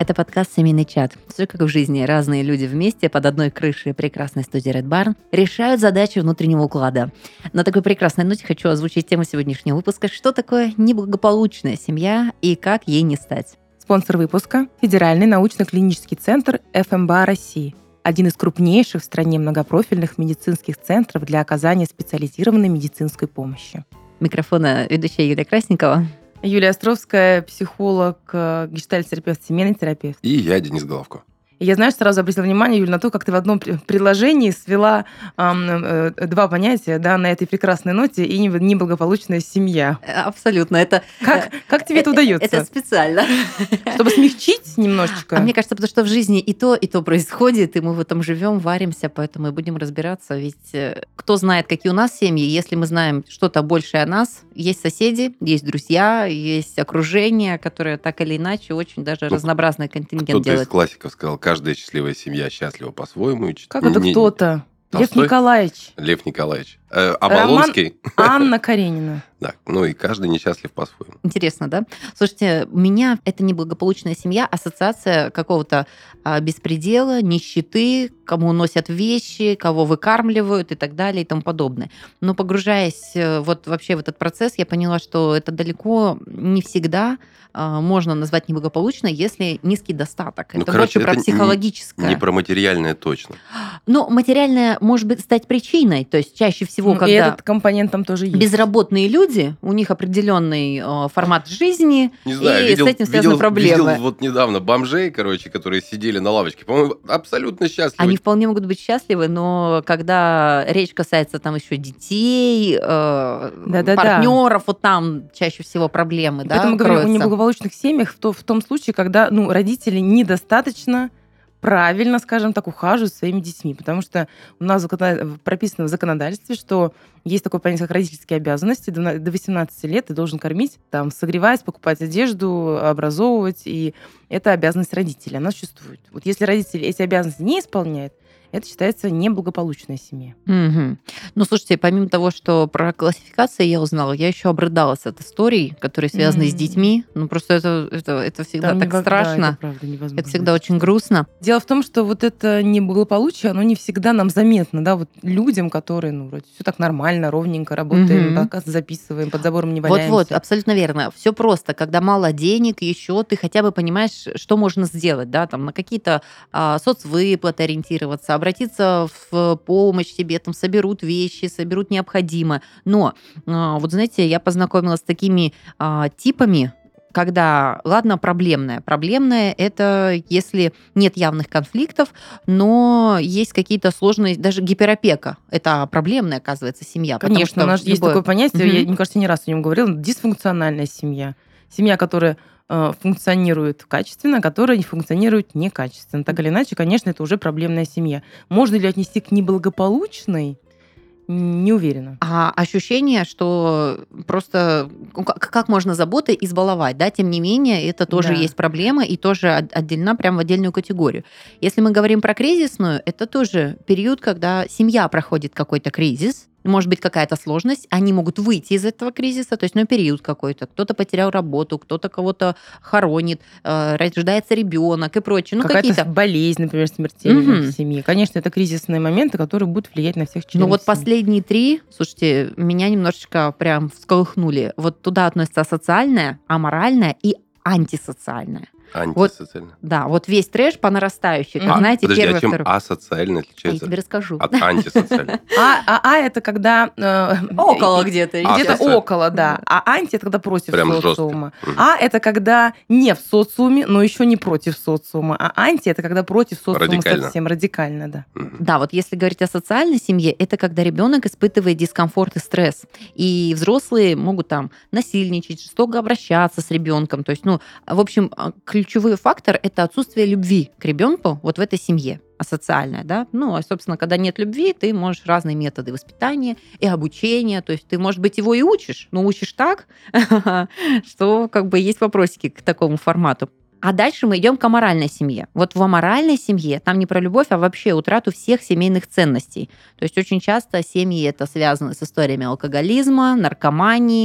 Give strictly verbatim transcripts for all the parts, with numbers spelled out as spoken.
Это подкаст «Семейный чат». Все как в жизни. Разные люди вместе под одной крышей прекрасной студии Red Barn решают задачи внутреннего уклада. На такой прекрасной ноте хочу озвучить тему сегодняшнего выпуска. Что такое неблагополучная семья и как ей не стать? Спонсор выпуска – Федеральный научно-клинический центр эф эм бэ а России. Один из крупнейших в стране многопрофильных медицинских центров для оказания специализированной медицинской помощи. Микрофона ведущая Юлия Красникова. Юлия Островская, психолог, гештальт-терапевт, семейный терапевт. И я, Денис Головко. И я, знаешь, сразу обратила внимание, Юль, на то, как ты в одном предложении свела э, э, два понятия, да, на этой прекрасной ноте и неблагополучная семья. Абсолютно. Это, как, как тебе это, это удается? Это специально. Чтобы смягчить немножечко? А мне кажется, потому что в жизни и то, и то происходит, и мы в этом живем, варимся, поэтому и будем разбираться. Ведь кто знает, какие у нас семьи, если мы знаем что-то большее о нас, есть соседи, есть друзья, есть окружение, которое так или иначе очень даже ну, разнообразный контингент кто-то делает. Кто-то из классиков сказал, каждая счастливая семья счастлива по-своему. Как это не, кто-то? Толстой? Лев Николаевич. Лев Николаевич. Э, Оболонский. Анна Каренина. Да, ну и каждый несчастлив по-своему. Интересно, да? Слушайте, у меня это неблагополучная семья, ассоциация какого-то а, беспредела, нищеты, кому носят вещи, кого выкармливают и так далее и тому подобное. Но погружаясь вот вообще в этот процесс, я поняла, что это далеко не всегда а, можно назвать неблагополучной, если низкий достаток. Ну, это короче, больше про это психологическое. Не, не про материальное точно. Ну, материальное может быть стать причиной, то есть чаще всего, ну, когда... И этот компонент там тоже есть. Безработные люди, у них определенный э, формат жизни, не знаю, и видел, с этим связаны видел, проблемы. Видел вот недавно бомжей, короче, которые сидели на лавочке, по-моему, абсолютно счастливы. Они вполне могут быть счастливы, но когда речь касается там еще детей, э, партнеров, вот там чаще всего проблемы, да, Поэтому мы говорим о неблагополучных семьях в, то, в том случае, когда ну, родители недостаточно правильно, скажем так, ухаживают за своими детьми. Потому что у нас прописано в законодательстве, что есть такое понятие, как родительские обязанности. До восемнадцати лет ты должен кормить, там, согревать, покупать одежду, образовывать. И это обязанность родителей, она существует. Вот если родители эти обязанности не исполняют, это считается неблагополучная семья. Угу. Ну, слушайте, помимо того, что про классификации я узнала, я еще обрыдалась от историй, которые связаны mm-hmm. с детьми. Ну, просто это, это, это всегда Там так не, страшно. Да, это, правда, невозможно. Это всегда очень грустно. Дело в том, что вот это неблагополучие, оно не всегда нам заметно, да, вот людям, которые, ну, вроде все так нормально, ровненько работаем, mm-hmm. подкаст записываем, под забором не валяемся. Вот-вот, абсолютно верно. Все просто. Когда мало денег, еще ты хотя бы понимаешь, что можно сделать, да, там, на какие-то а, соцвыплаты ориентироваться, обратиться в помощь себе, там соберут вещи, соберут необходимое. Но, вот знаете, я познакомилась с такими а, типами, когда, ладно, проблемное. Проблемное – это если нет явных конфликтов, но есть какие-то сложные, даже гиперопека. Это проблемная, оказывается, семья. Конечно, у нас любое... есть такое понятие, mm-hmm. я, мне кажется, не раз о нем говорила, дисфункциональная семья. Семья, которая функционирует качественно, которая не функционирует некачественно. Так или иначе, конечно, это уже проблемная семья. Можно ли отнести к неблагополучной? Не уверена. А ощущение, что просто как можно заботой избаловать, да, тем не менее, это тоже да. есть проблема и тоже отделена прямо в отдельную категорию. Если мы говорим про кризисную, это тоже период, когда семья проходит какой-то кризис, может быть, какая-то сложность, они могут выйти из этого кризиса, то есть, ну, период какой-то. Кто-то потерял работу, кто-то кого-то хоронит, э, рождается ребенок и прочее. Ну, какая-то какие-то... болезнь, например, смертельная угу. в семье. Конечно, это кризисные моменты, которые будут влиять на всех членов. Ну, вот семьи. последние три, слушайте, меня немножечко прям всколыхнули. Вот туда относится социальное, аморальное и антисоциальное. Антисоциально. Вот, да, вот весь трэш по нарастающей. Как, а, знаете, подожди, первый, а чем второй. асоциально отличается? Я тебе расскажу. От антисоциального. А, а, а это когда... Э, около где-то. Где-то около, да. А анти это когда против Прям социума. А это когда не в социуме, но еще не против социума. А анти это когда против социума радикально. Совсем радикально, да. Да, вот если говорить о социальной семье, это когда ребенок испытывает дискомфорт и стресс. И взрослые могут там насильничать, жестоко обращаться с ребенком. То есть, ну, в общем, ключевой фактор это отсутствие любви к ребенку вот в этой семье, асоциальная, да. Ну, а, собственно, когда нет любви, ты можешь разные методы воспитания и обучения, то есть ты, может быть, его и учишь, но учишь так, что как бы есть вопросики к такому формату. А дальше мы идем к аморальной семье. Вот в аморальной семье там не про любовь, а вообще утрату всех семейных ценностей. То есть очень часто семьи это связано с историями алкоголизма, наркомании,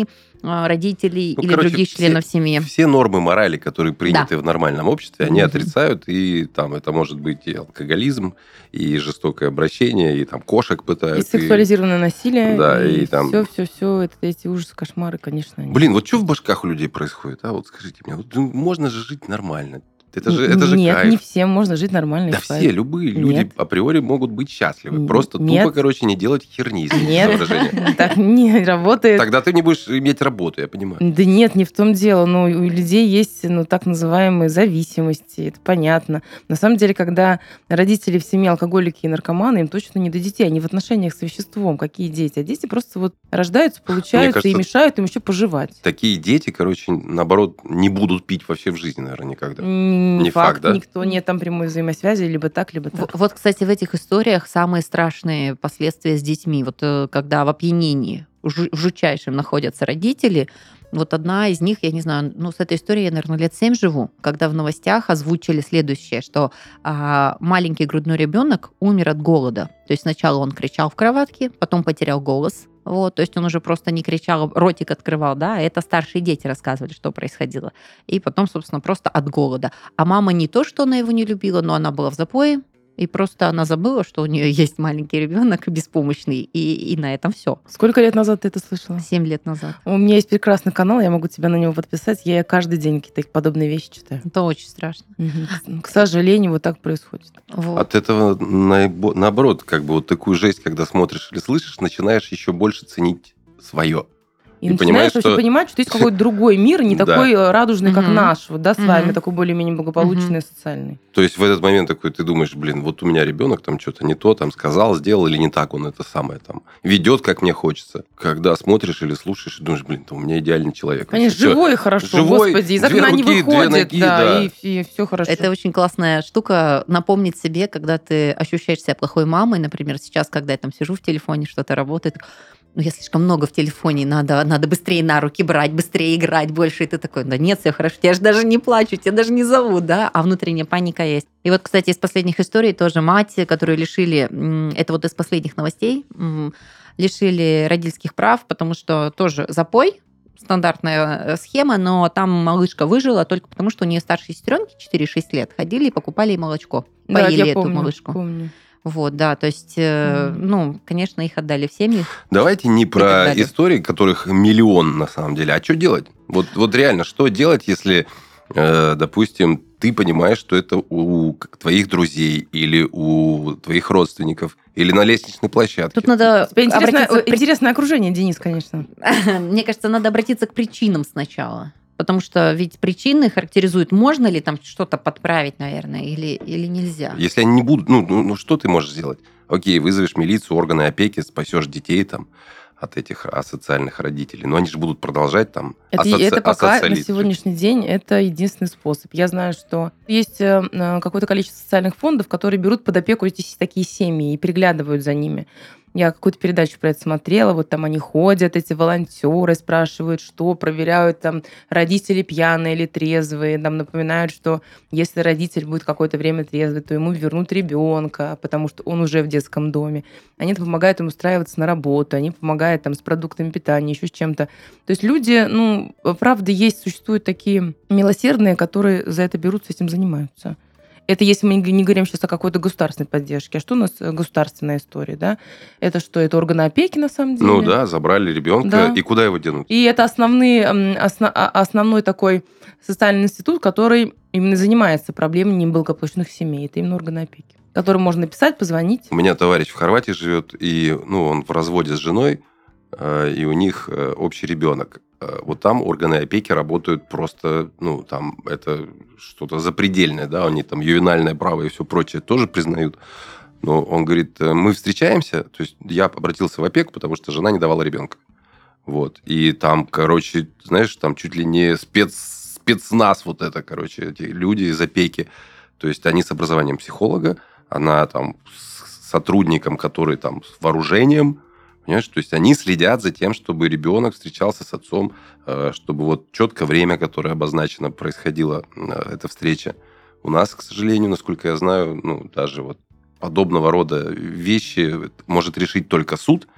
а, родителей Ну, или короче, других все- членов семьи. Все нормы морали, которые приняты в нормальном обществе, они Мгм. отрицают, и там это может быть и алкоголизм, и жестокое обращение, и там кошек И пытают. и- сексуализированное насилие, Да, и, и там- все, все, все, это, эти ужасы, кошмары, конечно. они. Блин, вот что в башках у людей происходит, а? Вот скажите мне, вот, ну, можно же жить нормально. Это же, это же Нет, кайф. не всем можно жить нормально. и Да в все, кайф. любые Нет. люди априори могут быть счастливы. Н- Просто нет. тупо, короче, не делать херни, извините за Нет, выражение. так не работает. Тогда ты не будешь иметь работу, я понимаю. Да нет, не в том дело. Ну, у людей есть, ну, так называемые зависимости, это понятно. На самом деле, когда родители в семье алкоголики и наркоманы, им точно не до детей, они в отношениях с веществом. Какие дети? А дети просто вот рождаются, получаются и кажется, мешают им еще поживать. Такие дети, короче, наоборот, не будут пить вообще в жизни, наверное, никогда. М, Не Не факт, факт, да? никто, нет там прямой взаимосвязи, либо так, либо В- так. Вот, кстати, в этих историях самые страшные последствия с детьми. Вот э, когда в опьянении жу- в жутчайшем находятся родители, вот одна из них, я не знаю, ну, с этой историей я, наверное, лет семь живу, когда в новостях озвучили следующее, что а, маленький грудной ребенок умер от голода. То есть сначала он кричал в кроватке, потом потерял голос. Вот, то есть он уже просто не кричал, ротик открывал, да, это старшие дети рассказывали, что происходило. И потом, собственно, просто от голода. А мама не то, что она его не любила, но она была в запое, и просто она забыла, что у нее есть маленький ребенок беспомощный, и, и на этом все. Сколько лет назад ты это слышала? Семь лет назад. У меня есть прекрасный канал, я могу тебя на него подписать. Я каждый день какие-то подобные вещи читаю. Это очень страшно. Мгм. К сожалению, вот так происходит. Вот. От этого, наибо- наоборот, как бы вот такую жесть, когда смотришь или слышишь, начинаешь еще больше ценить свое. И, И начинаешь понимаешь, вообще что- понимать, что есть какой-то другой мир, не Да. такой э, радужный, как Мгм. наш, вот, да, с вами, Мгм. такой более-менее благополучный, социальный. То есть в этот момент такой ты думаешь, блин, вот у меня ребенок там что-то не то, там сказал, сделал или не так он это самое там ведет, как мне хочется. Когда смотришь или слушаешь, и думаешь, блин, да у меня идеальный человек. Конечно, Всё. живой и хорошо, Живой, господи, из две окна не руки, две выходит, ноги, да, да. и, все хорошо. Это очень классная штука, напомнить себе, когда ты ощущаешь себя плохой мамой, например, сейчас, когда я там сижу в телефоне, что-то работает, ну, я слишком много в телефоне, надо, надо быстрее на руки брать, быстрее играть больше. И ты такой, да нет, все хорошо, я же даже не плачу, тебя даже не зовут, да, а внутренняя паника есть. И вот, кстати, из последних историй тоже мать, которую лишили, м, это вот из последних новостей, м, лишили родительских прав, потому что тоже запой, стандартная э, схема, но там малышка выжила только потому, что у нее старшие сестренки четыре-шесть лет ходили и покупали ей молочко, Да, поили я эту помню, малышку. помню. Вот, да, то есть, э, Мгм. ну, конечно, их отдали в семьи. Давайте не так про далее. истории, которых миллион на самом деле, а что делать? Вот, вот реально, что делать, если, э, допустим, ты понимаешь, что это у к- твоих друзей или у твоих родственников, или на лестничной площадке. Тут надо У тебя интересное, обратиться к при- интересное окружение, Денис, конечно. Мне кажется, надо обратиться к причинам сначала. Потому что ведь причины характеризуют, можно ли там что-то подправить, наверное, или, или нельзя. Если они не будут, ну, ну, ну, что ты можешь сделать? Окей, вызовешь милицию, органы опеки, спасешь детей там от этих асоциальных родителей. Но они же будут продолжать там Это, асоци- это пока на асоциализировать. сегодняшний день это единственный способ. Я знаю, что есть э, э, какое-то количество социальных фондов, которые берут под опеку эти с- такие семьи и приглядывают за ними. Я какую-то передачу про это смотрела, вот там они ходят, эти волонтеры, спрашивают, что, проверяют там, родители пьяные или трезвые, там напоминают, что если родитель будет какое-то время трезвый, то ему вернут ребенка, потому что он уже в детском доме. Они помогают им устраиваться на работу, они помогают там с продуктами питания, еще с чем-то. То есть люди, ну, правда, есть, существуют такие милосердные, которые за это берутся, этим занимаются. Это если мы не говорим сейчас о какой-то государственной поддержке. А что у нас государственная история, да? Это что, это органы опеки, на самом деле? Ну да, забрали ребенка, Да. и куда его денут? И это основные, м, осно- а- основной такой социальный институт, который именно занимается проблемой неблагополучных семей. Это именно органы опеки, которым можно написать, позвонить. У меня товарищ в Хорватии живет, и ну, он в разводе с женой, э, и у них э, общий ребенок. Э, Вот там органы опеки работают просто, ну, там это что-то запредельное, да, они там ювенальное право и все прочее тоже признают. Но он говорит, э, мы встречаемся, то есть я обратился в опеку, потому что жена не давала ребенка. Вот. И там, короче, знаешь, там чуть ли не спец, спецназ вот это, короче, эти люди из опеки. То есть они с образованием психолога, она там с сотрудником, который там с вооружением, понимаешь, то есть они следят за тем, чтобы ребенок встречался с отцом, э, чтобы вот четко время, которое обозначено, происходила э, эта встреча. У нас, к сожалению, насколько я знаю, ну, даже вот подобного рода вещи может решить только суд.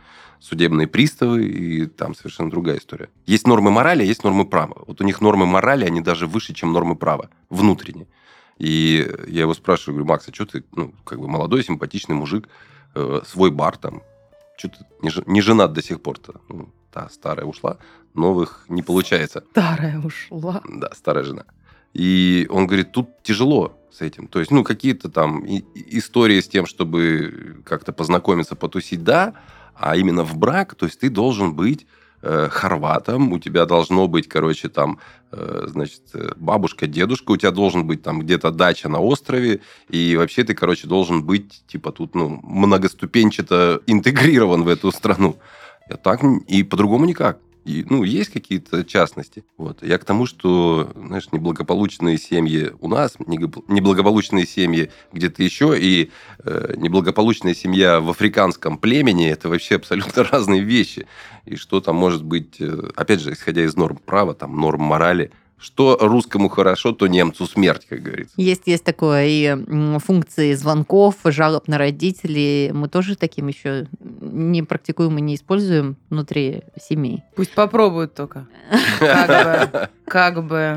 судебные приставы, и там совершенно другая история. Есть нормы морали, а есть нормы права. Вот у них нормы морали, они даже выше, чем нормы права, внутренние. И я его спрашиваю, говорю: Макс, а что ты, ну, как бы молодой, симпатичный мужик, э, свой бар там, что ты не, не женат до сих пор-то? Ну, та старая ушла, новых не получается. Старая ушла. Да, старая жена. И он говорит, тут тяжело с этим. То есть, ну, какие-то там и- и истории с тем, чтобы как-то познакомиться, потусить, да, а именно в брак, то есть ты должен быть э, хорватом, у тебя должно быть, короче, там, э, значит, бабушка, дедушка, у тебя должен быть там где-то дача на острове, и вообще ты, короче, должен быть, типа, тут, ну, многоступенчато интегрирован в эту страну. Я так и по-другому никак. И, ну, есть какие-то частности. Вот. Я к тому, что, знаешь, неблагополучные семьи у нас, неблагополучные семьи где-то еще, и э, неблагополучная семья в африканском племени – это вообще абсолютно разные вещи. И что там может быть, э, опять же, исходя из норм права, там, норм морали, что русскому хорошо, то немцу смерть, как говорится. Есть, есть такое. И м, функции звонков, жалоб на родителей. Мы тоже таким еще не практикуем и не используем внутри семей. Пусть попробуют только. Как бы. Как бы.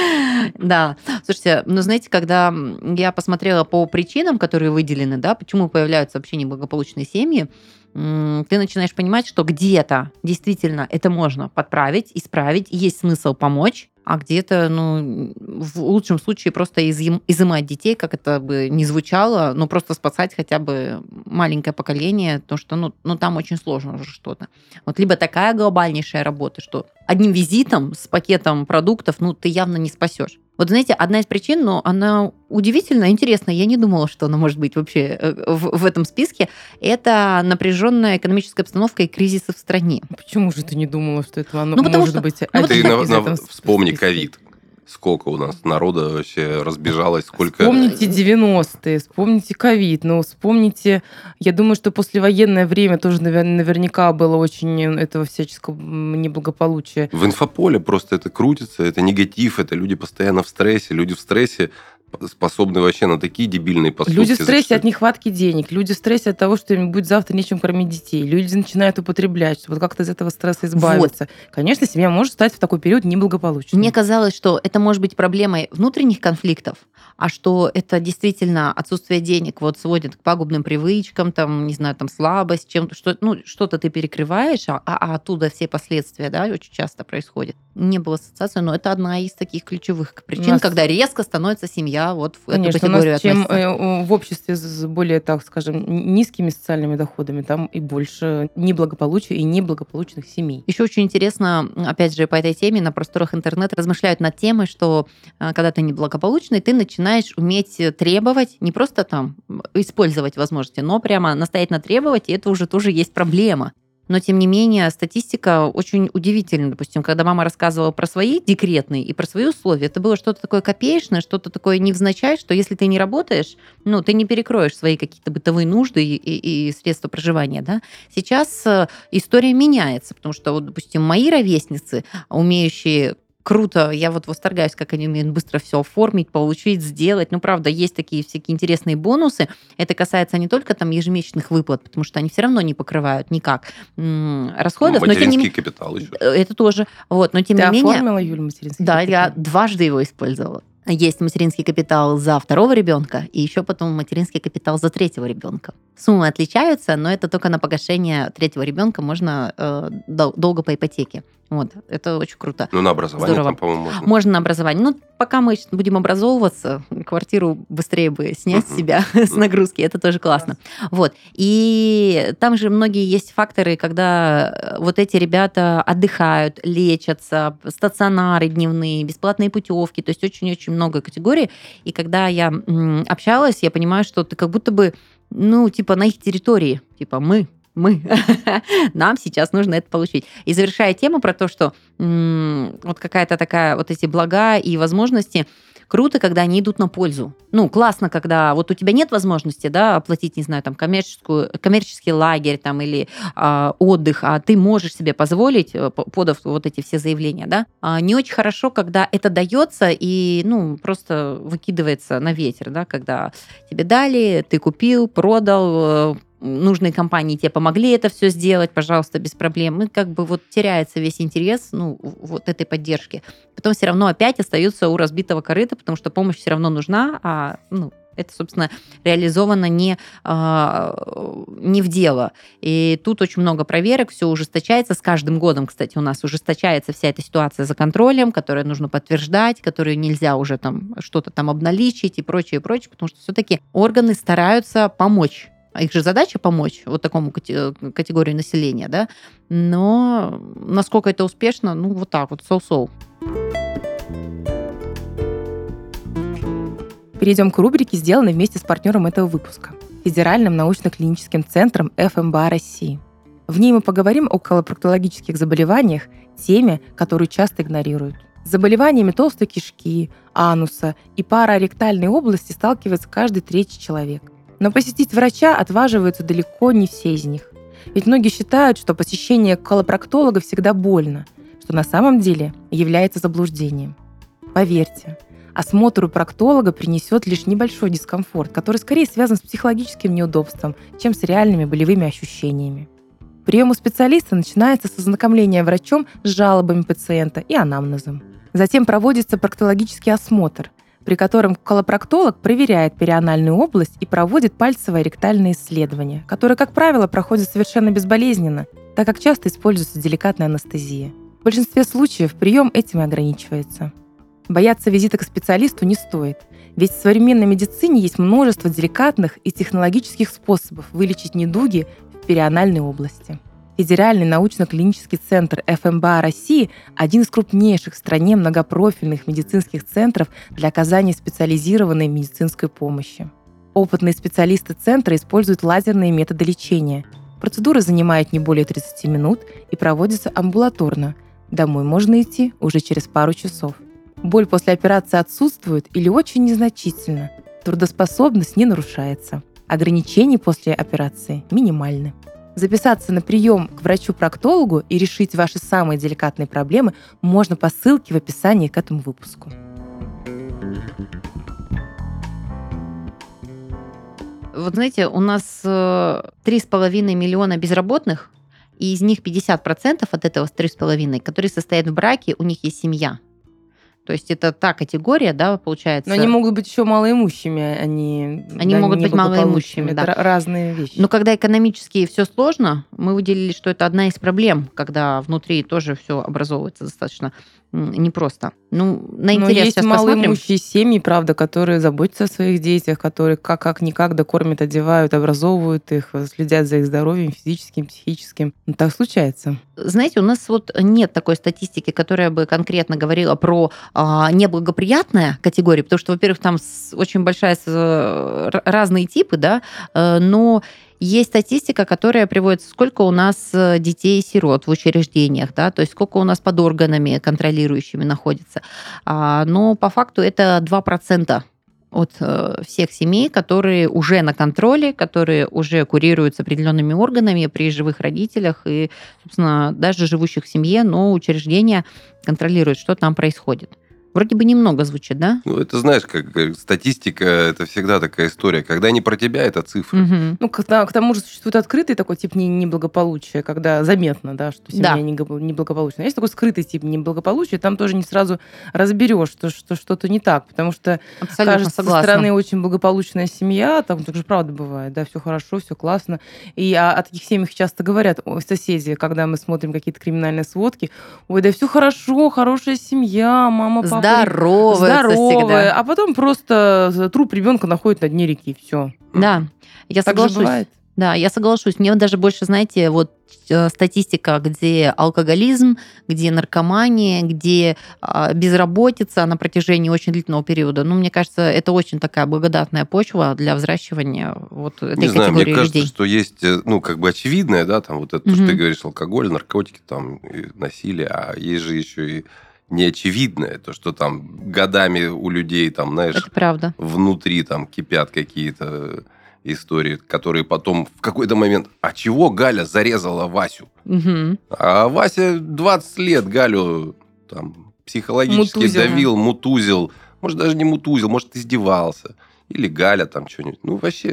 Да. Слушайте, ну, знаете, когда я посмотрела по причинам, которые выделены, да, почему появляются вообще неблагополучные семьи, м, ты начинаешь понимать, что где-то действительно это можно подправить, исправить, есть смысл помочь, а где-то, ну, в лучшем случае просто изъим- изымать детей, как это бы ни звучало, но просто спасать хотя бы маленькое поколение, то что, ну, ну, там очень сложно уже что-то. Вот либо такая глобальнейшая работа, что одним визитом с пакетом продуктов, ну, ты явно не спасешь. Вот знаете, одна из причин, но она удивительно интересная, я не думала, что она может быть вообще э, в, в этом списке, это напряженная экономическая обстановка и кризисы в стране. Почему же ты не думала, что это оно Ну, потому может что- быть ну, один Ты потому на- из на- этого вспомни списка? ковид. Сколько у нас народа вообще разбежалось, сколько... Вспомните девяностые, вспомните ковид, но вспомните, я думаю, что послевоенное время тоже навер- наверняка было очень этого всяческого м, неблагополучия. В инфополе просто это крутится, это негатив, это люди постоянно в стрессе, люди в стрессе способны вообще на такие дебильные поступки. Люди в стрессе зачастую. от нехватки денег, люди в стрессе от того, что им будет завтра нечем кормить детей, люди начинают употреблять, чтобы как-то из этого стресса избавиться. Конечно, семья может стать в такой период неблагополучной. Мне казалось, что это может быть проблемой внутренних конфликтов, а что это действительно отсутствие денег вот сводит к пагубным привычкам, там, не знаю, там слабость, чем-то, что, ну, что-то ты перекрываешь, а, а оттуда все последствия, да, очень часто происходят. Не было ассоциации, но это одна из таких ключевых причин, нас- когда резко становится семья вот в Конечно, эту у нас категорию чем относится. э, в обществе с более, так скажем, низкими социальными доходами, там и больше неблагополучия и неблагополучных семей. Еще очень интересно, опять же, по этой теме на просторах интернета размышляют над темой, что э, когда ты неблагополучный, ты начинаешь уметь требовать, не просто там использовать возможности, но прямо настоятельно требовать, и это уже тоже есть проблема. Но, тем не менее, статистика очень удивительна. Допустим, когда мама рассказывала про свои декретные и про свои условия, это было что-то такое копеечное, что-то такое невзначай, что если ты не работаешь, ну, ты не перекроешь свои какие-то бытовые нужды и, и- и средства проживания, да. Сейчас э, история меняется, потому что, вот, допустим, мои ровесницы, умеющие круто, я вот восторгаюсь, как они умеют быстро все оформить, получить, сделать. Ну, правда, есть такие всякие интересные бонусы. Это касается не только там ежемесячных выплат, потому что они все равно не покрывают никак м, расходов. Но, тем не Материнский менее, капитал еще. это тоже. Вот, но тем Ты не менее, оформила, Юль, материнский да, я капитал? дважды его использовала. Есть материнский капитал за второго ребенка и еще потом материнский капитал за третьего ребенка. Суммы отличаются, но это только на погашение третьего ребенка можно э, дол- долго по ипотеке. Вот, это очень круто. Ну, на образование Здорово. там, по-моему, можно. Можно на образование. Ну, пока мы будем образовываться, квартиру быстрее бы снять с Мгм. себя с нагрузки. Это тоже классно. Вот. И там же многие есть факторы, когда вот эти ребята отдыхают, лечатся, стационары дневные, бесплатные путевки. То есть очень-очень много категорий. И когда я м, общалась, я понимаю, что ты как будто бы, ну, типа на их территории. Типа мы, мы. Нам сейчас нужно это получить. И завершая тему про то, что м, вот какая-то такая, вот эти блага и возможности, круто, когда они идут на пользу. Ну, классно, когда вот у тебя нет возможности, да, оплатить, не знаю, там, коммерческую, коммерческий лагерь там или а, отдых, а ты можешь себе позволить, э, по- подав вот эти все заявления, да. А не очень хорошо, когда это дается и, ну, просто выкидывается на ветер, да, когда тебе дали, ты купил, продал, э, нужные компании тебе помогли это все сделать, пожалуйста, без проблем. И как бы вот теряется весь интерес, ну, вот этой поддержки. Потом все равно опять остаются у разбитого корыта, потому что помощь все равно нужна, а, ну, это, собственно, реализовано не, а, не в дело. И тут очень много проверок, все ужесточается. С каждым годом, кстати, у нас ужесточается вся эта ситуация за контролем, которую нужно подтверждать, которую нельзя уже там что-то там обналичить и прочее, прочее, потому что все-таки органы стараются помочь. Их же задача помочь вот такому категории населения, да? Но насколько это успешно, ну, вот так вот, соу-соу. Перейдем к рубрике, сделанной вместе с партнером этого выпуска – Федеральным научно-клиническим центром эф эм бэ а России. В ней мы поговорим о колопроктологических заболеваниях, теме, которую часто игнорируют. С заболеваниями толстой кишки, ануса и параректальной области сталкивается каждый третий человек. Но посетить врача отваживаются далеко не все из них. Ведь многие считают, что посещение колопроктолога всегда больно, что на самом деле является заблуждением. Поверьте, осмотр у проктолога принесет лишь небольшой дискомфорт, который скорее связан с психологическим неудобством, чем с реальными болевыми ощущениями. Прием у специалиста начинается с ознакомления врачом с жалобами пациента и анамнезом. Затем проводится проктологический осмотр, при котором колопроктолог проверяет перианальную область и проводит пальцевое ректальное исследование, которое, как правило, проходит совершенно безболезненно, так как часто используется деликатная анестезия. В большинстве случаев прием этим и ограничивается. Бояться визита к специалисту не стоит, ведь в современной медицине есть множество деликатных и технологических способов вылечить недуги в перианальной области. Федеральный научно-клинический центр эф эм бэ а России – один из крупнейших в стране многопрофильных медицинских центров для оказания специализированной медицинской помощи. Опытные специалисты центра используют лазерные методы лечения. Процедура занимает не более тридцати минут и проводится амбулаторно. Домой можно идти уже через пару часов. Боль после операции отсутствует или очень незначительно. Трудоспособность не нарушается. Ограничения после операции минимальны. Записаться на прием к врачу-проктологу и решить ваши самые деликатные проблемы можно по ссылке в описании к этому выпуску. Вот знаете, у нас три с половиной миллиона безработных, и из них пятьдесят процентов от этого три с половиной, которые состоят в браке, у них есть семья. То есть это та категория, да, получается. Но они могут быть еще малоимущими, они, они да, могут быть малоимущими, да. Это разные вещи. Но когда экономически все сложно, мы выделили, что это одна из проблем, когда внутри тоже все образовывается достаточно непросто. Ну, на интерес Но есть сейчас малоимущие посмотрим. семьи, правда, которые заботятся о своих детях, которые как, как никак докормят, одевают, образовывают их, следят за их здоровьем физическим, психическим. Ну, так случается. Знаете, у нас вот нет такой статистики, которая бы конкретно говорила про а, неблагоприятные категории, потому что, во-первых, там очень большая разные типы, да, но есть статистика, которая приводится, сколько у нас детей-сирот в учреждениях, да, то есть сколько у нас под органами контролирующими находится. Но по факту это два процента от всех семей, которые уже на контроле, которые уже курируются определенными органами при живых родителях и, собственно, даже живущих в семье, но учреждения контролируют, что там происходит. Вроде бы немного звучит, да? Ну, это, знаешь, как статистика, это всегда такая история. Когда не про тебя, это цифры. Угу. Ну, когда, к тому же существует открытый такой тип неблагополучия, когда заметно, да, что семья Да. неблагополучная. Есть такой скрытый тип неблагополучия, там тоже не сразу разберешь, что, что что-то не так, потому что, Абсолютно кажется, согласна. со стороны очень благополучная семья, там так же правда бывает, да, все хорошо, все классно. И о, о таких семьях часто говорят ой, соседи, когда мы смотрим какие-то криминальные сводки, ой, да все хорошо, хорошая семья, мама, папа. Здоровая Здоровая, всегда. а потом просто труп ребенка находит на дне реки, все. Да, я Так же соглашусь. бывает. Да, я соглашусь. Мне даже больше, знаете, вот э, статистика, где алкоголизм, где наркомания, где э, безработица на протяжении очень длительного периода. Ну, мне кажется, это очень такая благодатная почва для взращивания вот этой Не знаю, мне категории кажется, людей. что есть, ну, как бы очевидное, да, там вот это, то, Мгм. что ты говоришь, алкоголь, наркотики, там, и насилие, а есть же еще и неочевидное, то, что там годами у людей, там, знаешь, Это правда. внутри там кипят какие-то истории, которые потом в какой-то момент, а чего Галя зарезала Васю? Мгм. А Вася двадцать лет Галю там психологически Мутузил. давил, мутузил, может, даже не мутузил, может, издевался. Или Галя там что-нибудь. Ну, вообще,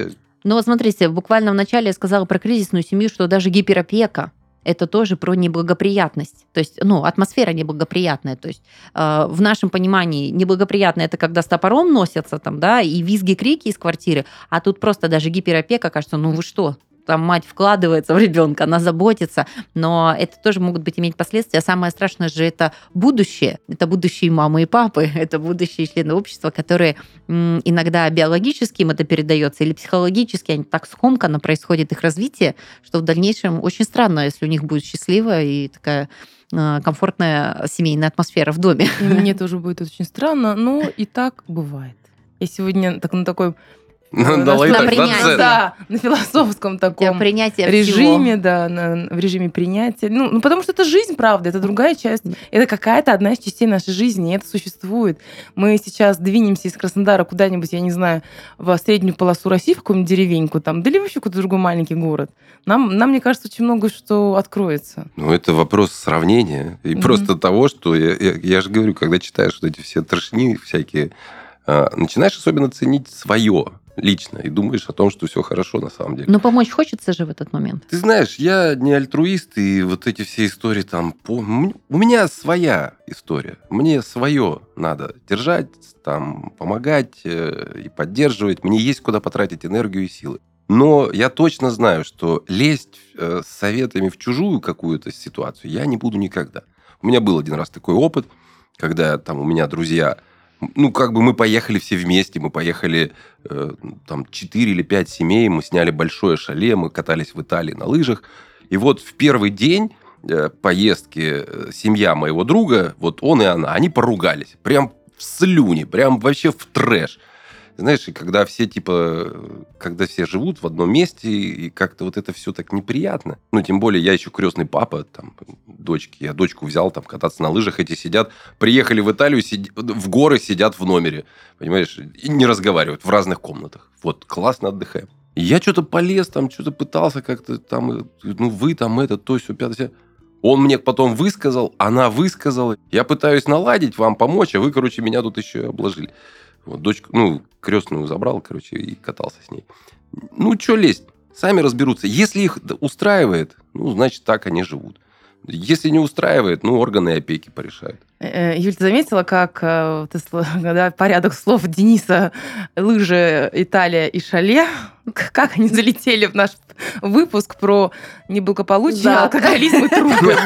Но вот смотрите, буквально в начале я сказала про кризисную семью, что даже гиперопека это тоже про неблагоприятность. То есть, ну, атмосфера неблагоприятная. То есть э, в нашем понимании неблагоприятно это когда с топором носятся там, да, и визги, крики из квартиры, а тут просто даже гиперопека, кажется, ну вы что? Там мать вкладывается в ребенка, она заботится, но это тоже могут быть иметь последствия. А самое страшное же это будущее. Это будущие мамы и папы, это будущие члены общества, которые м, иногда биологически им это передается или психологически, они так скомканно происходит их развитие, что в дальнейшем очень странно, если у них будет счастливая и такая э, комфортная семейная атмосфера в доме. И мне тоже будет очень странно, но и так бывает. Я сегодня так, на такой... Ну, дала и на так, принятие. на Да, на философском таком принятие режиме, да, на, в режиме принятия. Ну, ну, потому что это жизнь, правда, это другая часть. Это какая-то одна из частей нашей жизни, и это существует. Мы сейчас двинемся из Краснодара куда-нибудь, я не знаю, в среднюю полосу России, в какую-нибудь деревеньку там, да или вообще какой-то другой маленький город. Нам, нам, мне кажется, очень много что откроется. Ну, это вопрос сравнения. И mm-hmm. просто того, что... Я, я, я же говорю, когда читаешь вот эти все трешни всякие, э, начинаешь особенно ценить свое лично и думаешь о том, что все хорошо на самом деле. Но помочь хочется же в этот момент. Ты знаешь, я не альтруист, и вот эти все истории там... По... У меня своя история. Мне свое надо держать, там, помогать э, и поддерживать. Мне есть куда потратить энергию и силы. Но я точно знаю, что лезть э, с советами в чужую какую-то ситуацию я не буду никогда. У меня был один раз такой опыт, когда там у меня друзья... Ну, как бы мы поехали все вместе, мы поехали, э, там, четыре или пять семей, мы сняли большое шале, мы катались в Италии на лыжах. И вот в первый день э, поездки э, семья моего друга, вот он и она, они поругались. Прям в слюни, прям вообще в трэш. Знаешь, и когда все, типа, когда все живут в одном месте, и как-то вот это все так неприятно. Ну, тем более, я еще крестный папа, там, дочки. Я дочку взял, там, кататься на лыжах, эти сидят, приехали в Италию, сидят, в горы сидят в номере, понимаешь, и не разговаривают в разных комнатах. Вот, классно отдыхаем. И я что-то полез, там, что-то пытался как-то, там, ну, вы там, это, то, все, пятое, он мне потом высказал, она высказала. Я пытаюсь наладить, вам помочь, а вы, короче, меня тут еще и обложили. Вот дочку, ну, крестную забрал, короче, и катался с ней. Ну, что лезть? Сами разберутся. Если их устраивает, ну, значит, так они живут. Если не устраивает, ну, органы опеки порешают. Юль, ты заметила, как ты, да, порядок слов Дениса «лыжи», «Италия» и «шале», как они залетели в наш выпуск про неблагополучие, да. алкоголизм и трубы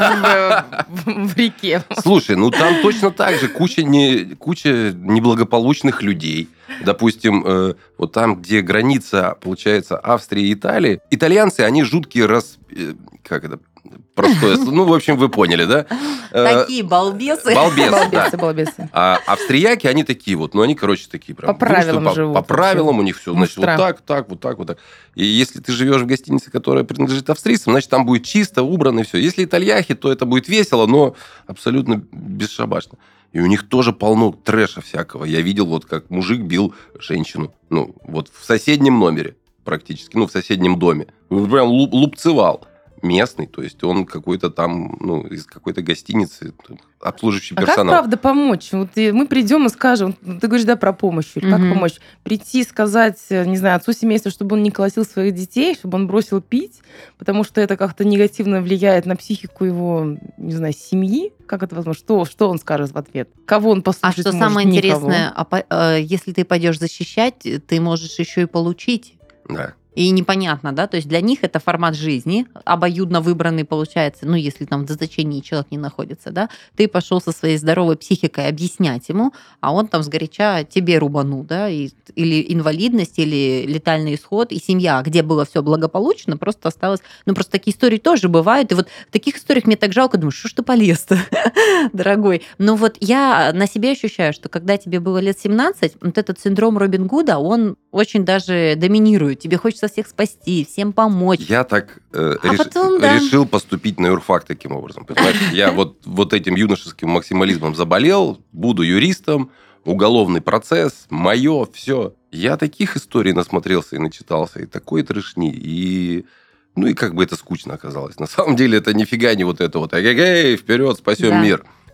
в реке. Слушай, ну там точно так же куча, не, куча неблагополучных людей. Допустим, э, вот там, где граница, получается, Австрии и Италии, итальянцы, они жуткие раз... Э, как это... Простое. Ну, в общем, вы поняли, да? Такие балбесы. Балбесы, балбесы, да. балбесы. А австрияки, они такие вот, ну, они, короче, такие прям... По правилам по, живут. По правилам у них все, значит, Мустра. вот так, так, вот так, вот так. И если ты живешь в гостинице, которая принадлежит австрийцам, значит, там будет чисто, убрано и все. Если итальяхи, то это будет весело, но абсолютно бесшабашно. И у них тоже полно трэша всякого. Я видел, вот как мужик бил женщину. Ну, вот в соседнем номере практически, ну, в соседнем доме. Он прям лупцевал. Местный, то есть он какой-то там, ну, из какой-то гостиницы, обслуживающий а персонал. как правда помочь? Вот мы придем и скажем, ты говоришь, да, про помощь, Юль, как Мгм. помочь? Прийти, сказать, не знаю, отцу семейства, чтобы он не колотил своих детей, чтобы он бросил пить, потому что это как-то негативно влияет на психику его, не знаю, семьи? Как это возможно? Что, что он скажет в ответ? Кого он А послушает? что может, самое никого? интересное, а по- э, если ты пойдешь защищать, ты можешь еще и получить. Да. И непонятно, да, то есть для них это формат жизни, обоюдно выбранный получается, ну, если там в заточении человек не находится, да, ты пошел со своей здоровой психикой объяснять ему, а он там сгоряча тебе рубанул, да, и, или инвалидность, или летальный исход, и семья, где было все благополучно, просто осталось, ну, просто такие истории тоже бывают, и вот в таких историях мне так жалко, думаю, что ж ты полез-то, дорогой. Но вот я на себе ощущаю, что когда тебе было лет семнадцать, вот этот синдром Робин Гуда, он очень даже доминирует, тебе хочется всех спасти, всем помочь. Я так э, А реш- потом, да. решил поступить на юрфак таким образом. Понимаешь? Я вот, вот этим юношеским максимализмом заболел, буду юристом, уголовный процесс, мое, все. Я таких историй насмотрелся и начитался, и такой трешни, и... Ну и как бы это скучно оказалось. На самом деле это нифига не вот это вот, эй-эй-эй, вперед, спасем Да. мир.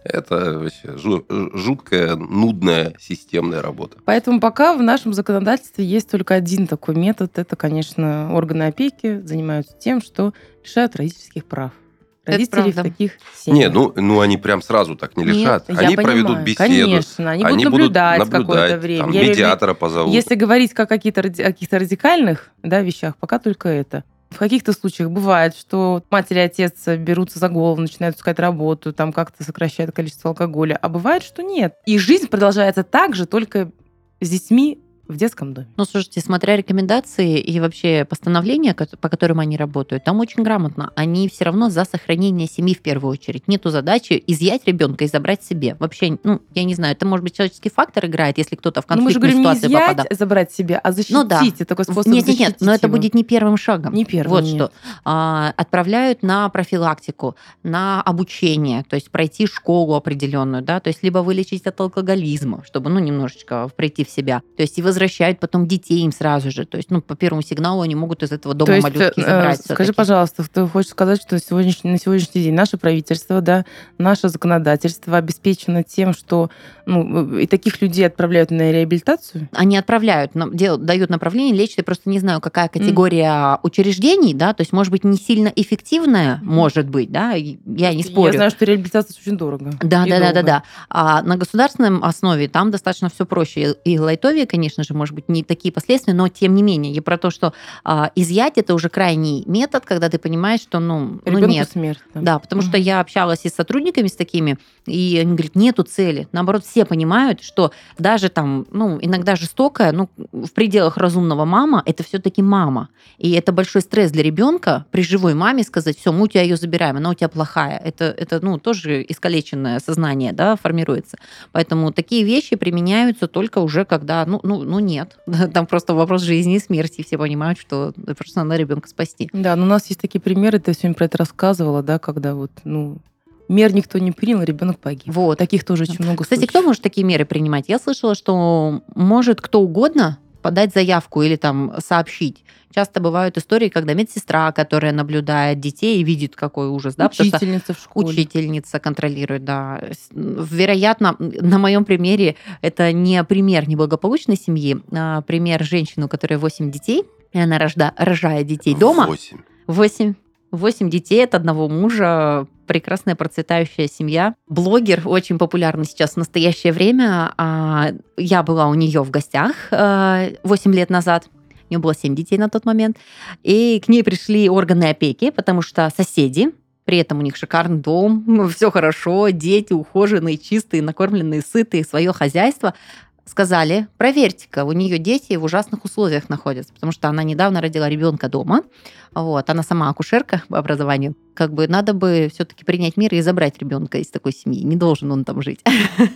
Это вообще жу- жуткая, нудная системная работа. Поэтому пока в нашем законодательстве есть только один такой метод. Это, конечно, органы опеки занимаются тем, что лишают родительских прав. Это Родителей в правда. таких семьях. Не, ну, ну они прям сразу так не Нет, лишат. я Они понимаю, проведут беседу. Конечно, они, будут наблюдать, какое-то время. Там, Я имею в виду, медиатора позовут. если говорить как о каких-то, ради- о каких-то радикальных, да, вещах, пока только это. В каких-то случаях бывает, что матери и отец берутся за голову, начинают искать работу, там как-то сокращают количество алкоголя. А бывает, что нет. И жизнь продолжается так же, только с детьми в детском доме. Ну, слушайте, смотря рекомендации и вообще постановления, ко- по которым они работают, там очень грамотно. Они все равно за сохранение семьи в первую очередь. Нету задачи изъять ребенка и забрать себе. Вообще, ну, я не знаю, это, может быть, человеческий фактор играет, если кто-то в Но мы же конфликтную говорим не ситуацию изъять, попадает. забрать себе, а защитить. Ну да. Это такой способ Нет, нет, защитить нет, но это его. будет не первым шагом. Не первым, Вот нет. что. А, отправляют на профилактику, на обучение, то есть пройти школу определенную, да, то есть либо вылечить от алкоголизма, чтобы, ну, немножечко прийти в себя. То есть и возвращают потом детей им сразу же. То есть, ну, по первому сигналу они могут из этого дома То есть, малютки э, забрать. скажи, всё-таки. пожалуйста, ты хочешь сказать, что сегодняшний, на сегодняшний день наше правительство, да, наше законодательство обеспечено тем, что ну, и таких людей отправляют на реабилитацию? Они отправляют, нам- делают, дают направление, лечат. Я просто не знаю, какая категория учреждений, да, то есть, может быть, не сильно эффективная, Мгм. может быть, да, и я не спорю. Я знаю, что реабилитация очень дорого. Да, и да, да, да, долго. да. А на государственном основе там достаточно все проще и лайтовее, конечно же, может быть, не такие последствия, но тем не менее. И про то, что а, изъять это уже крайний метод, когда ты понимаешь, что ну, ну Ребенку нет. смерть. там. Да, потому что Мгм. я общалась и с сотрудниками с такими, и они говорят, нету цели. Наоборот, все понимают, что даже там, ну, иногда жестокая, ну, в пределах разумного мама, это все-таки мама. И это большой стресс для ребенка при живой маме сказать, все, мы у тебя ее забираем, она у тебя плохая. Это, это ну, тоже искалеченное сознание, да, формируется. Поэтому такие вещи применяются только уже когда, ну, ну, ну нет. Там просто вопрос жизни и смерти. Все понимают, что просто надо ребенка спасти. Да, но у нас есть такие примеры, ты сегодня про это рассказывала, да, когда вот, ну, мер никто не принял, ребенок погиб. Вот. Таких тоже очень много Кстати, случаев. кто может такие меры принимать? Я слышала, что может кто угодно подать заявку или там сообщить. Часто бывают истории, когда медсестра, которая наблюдает детей и видит, какой ужас, да, потому что Учительница в школе. учительница контролирует, да. С- Вероятно, на моем примере это не пример неблагополучной семьи, а пример женщины, у которой восемь детей, и она рожда, рожает детей дома. Восемь. Восемь. Восемь детей от одного мужа. Прекрасная процветающая семья. Блогер, очень популярный сейчас в настоящее время. А, Я была у нее в гостях восемь лет назад. У нее было семь детей на тот момент. И к ней пришли органы опеки, потому что соседи, при этом у них шикарный дом, все хорошо, дети ухоженные, чистые, накормленные, сытые, свое хозяйство. Сказали, проверьте-ка, у нее дети в ужасных условиях находятся, потому что она недавно родила ребенка дома, вот, она сама акушерка по образованию, как бы надо бы все-таки принять меры и забрать ребенка из такой семьи, не должен он там жить.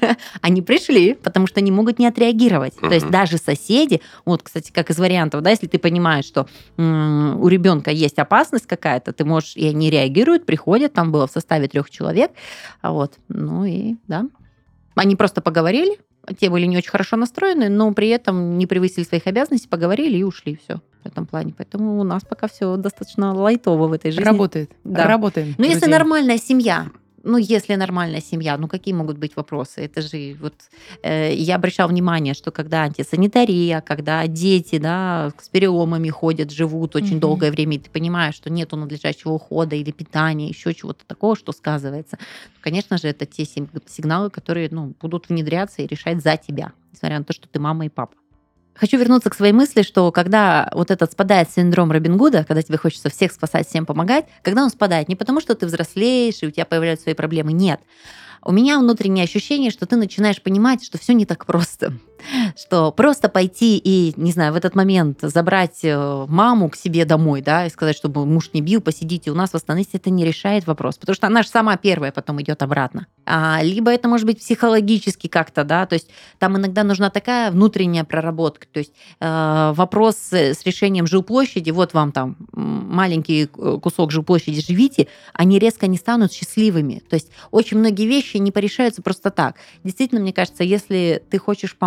Они пришли, потому что они могут не отреагировать. То есть Мгм. даже соседи, вот, кстати, как из вариантов, да, если ты понимаешь, что м, у ребенка есть опасность какая-то, ты можешь, и они реагируют, приходят, там было в составе трех человек, а вот, ну и да. Они просто поговорили, те были не очень хорошо настроены, но при этом не превысили своих обязанностей, поговорили и ушли. Все в этом плане. Поэтому у нас пока все достаточно лайтово в этой жизни. Работает. Да. Работаем. Ну, если друзья. нормальная семья, ну, если нормальная семья, ну, какие могут быть вопросы? Это же вот... э, я обращала внимание, что когда антисанитария, когда дети, да, с переломами ходят, живут очень Мгм. долгое время, и ты понимаешь, что нету надлежащего ухода или питания, еще чего-то такого, что сказывается, конечно же, это те сиг- сигналы, которые, ну, будут внедряться и решать за тебя, несмотря на то, что ты мама и папа. Хочу вернуться к своей мысли, что когда вот этот спадает синдром Робин Гуда, когда тебе хочется всех спасать, всем помогать, когда он спадает не потому, что ты взрослеешь и у тебя появляются свои проблемы, нет. У меня внутреннее ощущение, что ты начинаешь понимать, что все не так просто. Что просто пойти и, не знаю, в этот момент забрать э, маму к себе домой, да, и сказать, чтобы муж не бил, посидите у нас, восстановитесь, это не решает вопрос. Потому что она же сама первая потом идет обратно. А, либо это может быть психологически как-то, да, то есть там иногда нужна такая внутренняя проработка. То есть э, вопрос с с решением жилплощади, вот вам там м, маленький э, кусок жилплощади живите, они резко не станут счастливыми. То есть очень многие вещи не порешаются просто так. Действительно, мне кажется, если ты хочешь помочь, и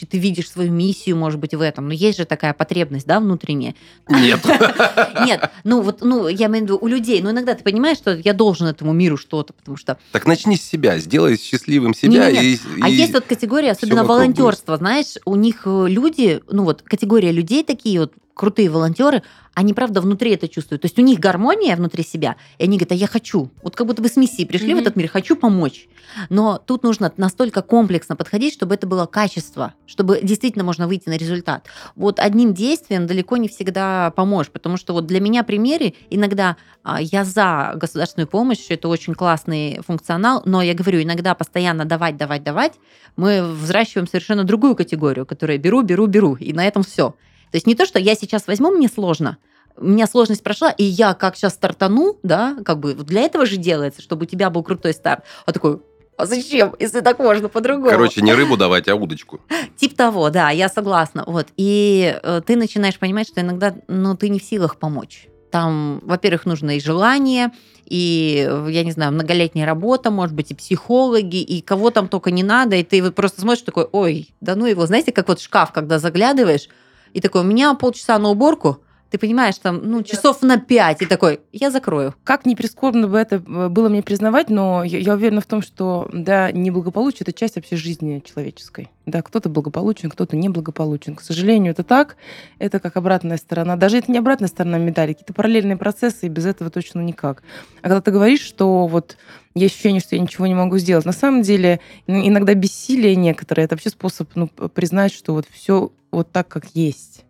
ты видишь свою миссию, может быть, в этом. Но есть же такая потребность, да, внутренняя. Нет. Нет, ну вот, ну, я имею в виду у людей. Но иногда ты понимаешь, что я должен этому миру что-то, потому что... Так начни с себя, сделай счастливым себя. Не-не-не. И, А и есть вот категория, всё особенно вокруг волонтерство, знаешь, у них э, люди, ну вот категория людей такие вот, крутые волонтеры, они, правда, внутри это чувствуют. То есть у них гармония внутри себя, и они говорят, а я хочу. Вот как будто бы с миссией пришли Мгм. в этот мир, хочу помочь. Но тут нужно настолько комплексно подходить, чтобы это было качество, чтобы действительно можно выйти на результат. Вот одним действием далеко не всегда поможешь, потому что вот для меня примеры, иногда а, я за государственную помощь, это очень классный функционал, но я говорю, иногда постоянно давать, давать, давать, мы взращиваем совершенно другую категорию, которая беру, беру, беру, и на этом все. То есть не то, что я сейчас возьму, мне сложно, у меня сложность прошла, и я как сейчас стартану, да, как бы вот для этого же делается, чтобы у тебя был крутой старт. А такой, а зачем, если так можно по-другому? Короче, не рыбу давать, а удочку. Тип того, да, я согласна. Вот. И э, ты начинаешь понимать, что иногда ну, ты не в силах помочь. Там, во-первых, нужно и желание, и, я не знаю, многолетняя работа, может быть, и психологи, и кого там только не надо, и ты вот просто смотришь такой, ой, да ну его, знаете, как вот шкаф, когда заглядываешь, и такой, у меня полчаса на уборку, ты понимаешь, там, ну, часов на пять, и такой, я закрою. Как ни прискорбно бы это было мне признавать, но я, я уверена в том, что, да, неблагополучие – это часть вообще жизни человеческой. Да, кто-то благополучен, кто-то неблагополучен. К сожалению, это так. Это как обратная сторона. Даже это не обратная сторона медали, какие-то параллельные процессы, и без этого точно никак. А когда ты говоришь, что вот есть ощущение, что я ничего не могу сделать, на самом деле иногда бессилие некоторое – это вообще способ ну, признать, что вот все вот так, как есть.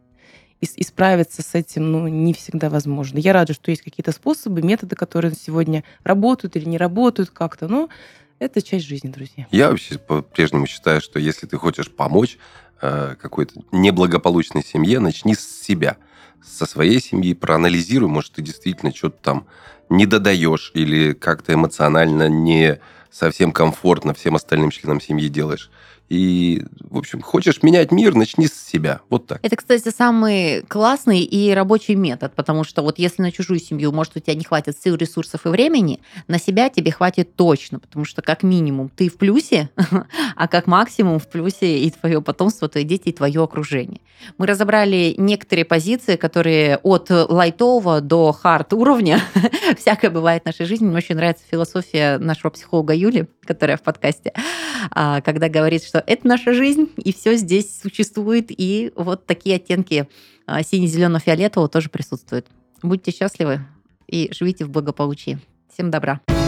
И справиться с этим ну, не всегда возможно. Я рада, что есть какие-то способы, методы, которые сегодня работают или не работают как-то, но это часть жизни, друзья. Я вообще по-прежнему считаю, что если ты хочешь помочь э, какой-то неблагополучной семье, начни с себя, со своей семьи, проанализируй, может, ты действительно что-то там не додаешь или как-то эмоционально не совсем комфортно всем остальным членам семьи делаешь. И, в общем, хочешь менять мир, начни с себя. Вот так. Это, кстати, самый классный и рабочий метод, потому что вот если на чужую семью, может, у тебя не хватит сил, ресурсов и времени, на себя тебе хватит точно, потому что как минимум ты в плюсе, а как максимум в плюсе и твое потомство, твои дети, и твое окружение. Мы разобрали некоторые позиции, которые от лайтового до хард уровня, всякое бывает в нашей жизни. Мне очень нравится философия нашего психолога Юли, которая в подкасте, когда говорит, что это наша жизнь, и все здесь существует, и вот такие оттенки сине-зелено-фиолетового тоже присутствуют. Будьте счастливы и живите в благополучии. Всем добра.